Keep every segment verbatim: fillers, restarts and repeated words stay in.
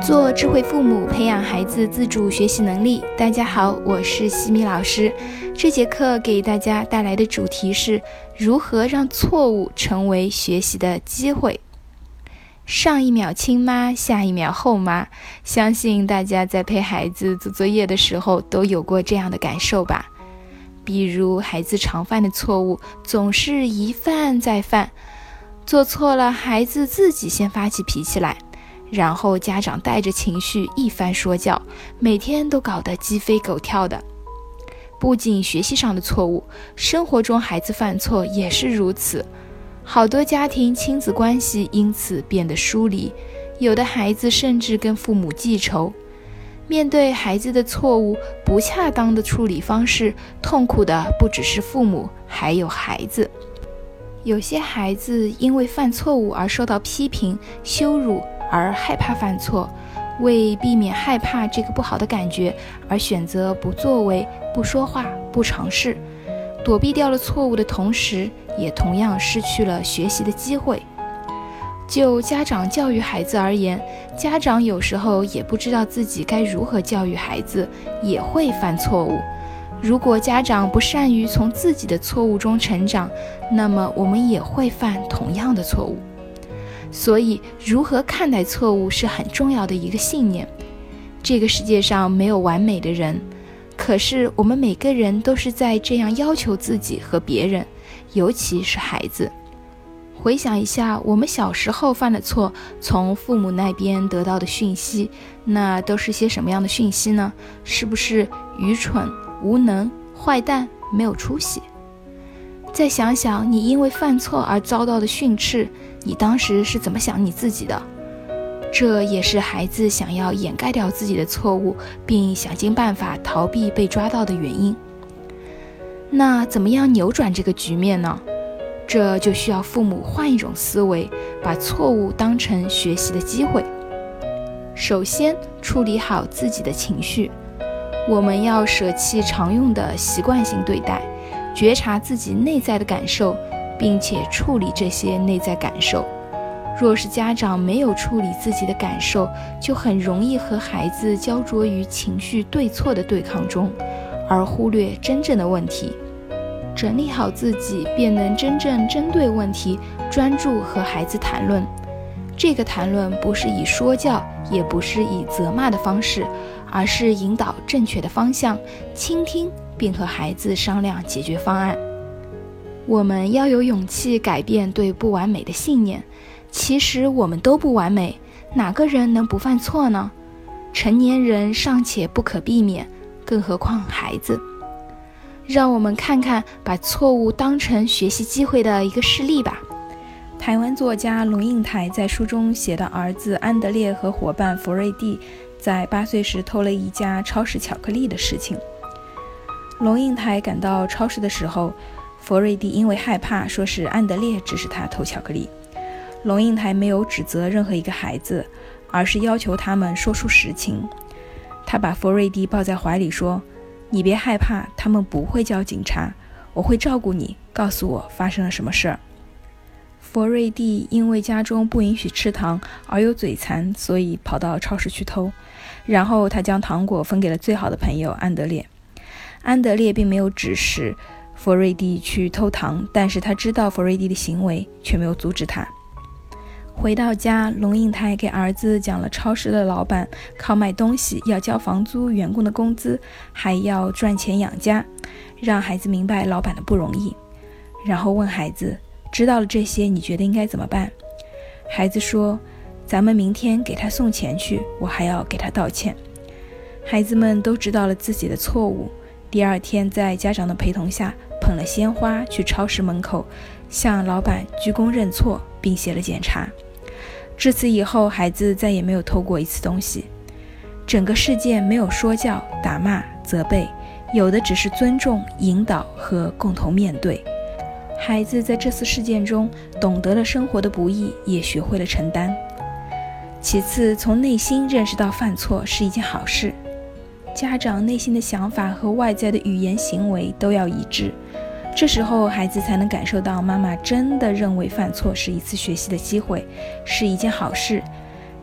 做智慧父母，培养孩子自主学习能力。大家好，我是西米老师。这节课给大家带来的主题是如何让错误成为学习的机会。上一秒亲妈，下一秒后妈，相信大家在陪孩子做作业的时候都有过这样的感受吧。比如孩子常犯的错误总是一犯再犯，做错了孩子自己先发起脾气来，然后家长带着情绪一番说教，每天都搞得鸡飞狗跳的。不仅学习上的错误，生活中孩子犯错也是如此。好多家庭亲子关系因此变得疏离，有的孩子甚至跟父母记仇。面对孩子的错误，不恰当的处理方式，痛苦的不只是父母，还有孩子。有些孩子因为犯错误而受到批评、羞辱，而害怕犯错，为避免害怕这个不好的感觉，而选择不作为、不说话、不尝试，躲避掉了错误的同时，也同样失去了学习的机会。就家长教育孩子而言，家长有时候也不知道自己该如何教育孩子，也会犯错误。如果家长不善于从自己的错误中成长，那么我们也会犯同样的错误。所以，如何看待错误是很重要的一个信念。这个世界上没有完美的人，可是我们每个人都是在这样要求自己和别人，尤其是孩子。回想一下，我们小时候犯的错，从父母那边得到的讯息，那都是些什么样的讯息呢？是不是愚蠢、无能、坏蛋、没有出息？再想想你因为犯错而遭到的训斥，你当时是怎么想你自己的？这也是孩子想要掩盖掉自己的错误，并想尽办法逃避被抓到的原因。那怎么样扭转这个局面呢？这就需要父母换一种思维，把错误当成学习的机会。首先，处理好自己的情绪。我们要舍弃常用的习惯性对待，觉察自己内在的感受，并且处理这些内在感受。若是家长没有处理自己的感受，就很容易和孩子焦灼于情绪对错的对抗中，而忽略真正的问题。整理好自己，便能真正针对问题，专注和孩子谈论。这个谈论不是以说教，也不是以责骂的方式，而是引导正确的方向，倾听并和孩子商量解决方案。我们要有勇气改变对不完美的信念。其实我们都不完美，哪个人能不犯错呢？成年人尚且不可避免，更何况孩子。让我们看看把错误当成学习机会的一个事例吧。台湾作家龙应台在书中写到儿子安德烈和伙伴佛瑞蒂在八岁时偷了一家超市巧克力的事情。龙应台赶到超市的时候，佛瑞蒂因为害怕，说是安德烈指使他偷巧克力。龙应台没有指责任何一个孩子，而是要求他们说出实情。他把佛瑞蒂抱在怀里说，你别害怕，他们不会叫警察，我会照顾你，告诉我发生了什么事儿。佛瑞蒂因为家中不允许吃糖而有嘴馋，所以跑到超市去偷，然后他将糖果分给了最好的朋友安德烈。安德烈并没有指示佛瑞蒂去偷糖，但是他知道佛瑞蒂的行为，却没有阻止他。回到家，龙应台给儿子讲了超市的老板靠卖东西要交房租、员工的工资，还要赚钱养家，让孩子明白老板的不容易。然后问孩子，知道了这些，你觉得应该怎么办？孩子说，咱们明天给他送钱去，我还要给他道歉。孩子们都知道了自己的错误，第二天在家长的陪同下，捧了鲜花去超市门口，向老板鞠躬认错，并写了检查。至此以后，孩子再也没有偷过一次东西。整个事件没有说教、打骂、责备，有的只是尊重、引导和共同面对。孩子在这次事件中懂得了生活的不易，也学会了承担。其次，从内心认识到犯错是一件好事。家长内心的想法和外在的语言行为都要一致，这时候孩子才能感受到妈妈真的认为犯错是一次学习的机会，是一件好事。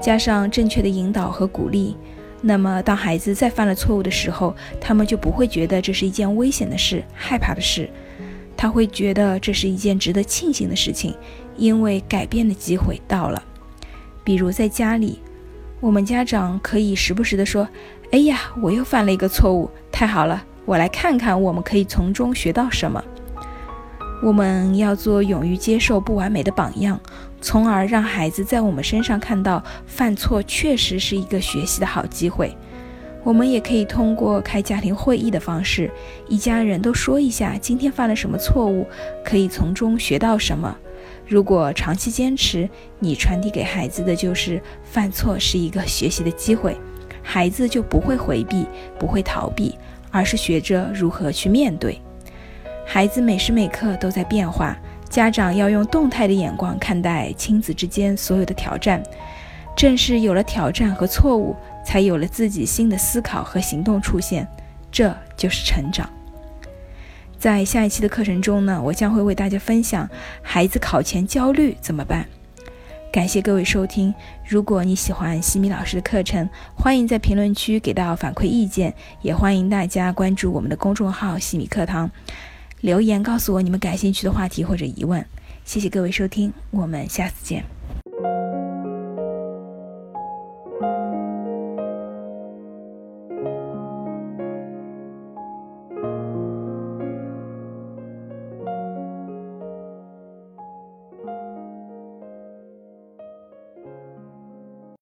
加上正确的引导和鼓励，那么当孩子再犯了错误的时候，他们就不会觉得这是一件危险的事、害怕的事，他会觉得这是一件值得庆幸的事情，因为改变的机会到了。比如在家里，我们家长可以时不时地说，哎呀，我又犯了一个错误，太好了，我来看看我们可以从中学到什么。我们要做勇于接受不完美的榜样，从而让孩子在我们身上看到犯错确实是一个学习的好机会。我们也可以通过开家庭会议的方式，一家人都说一下今天犯了什么错误，可以从中学到什么。如果长期坚持，你传递给孩子的就是犯错是一个学习的机会，孩子就不会回避，不会逃避，而是学着如何去面对。孩子每时每刻都在变化，家长要用动态的眼光看待亲子之间所有的挑战。正是有了挑战和错误，才有了自己新的思考和行动出现，这就是成长。在下一期的课程中呢，我将会为大家分享孩子考前焦虑怎么办。感谢各位收听，如果你喜欢西米老师的课程，欢迎在评论区给到反馈意见，也欢迎大家关注我们的公众号西米课堂，留言告诉我你们感兴趣的话题或者疑问。谢谢各位收听，我们下次见。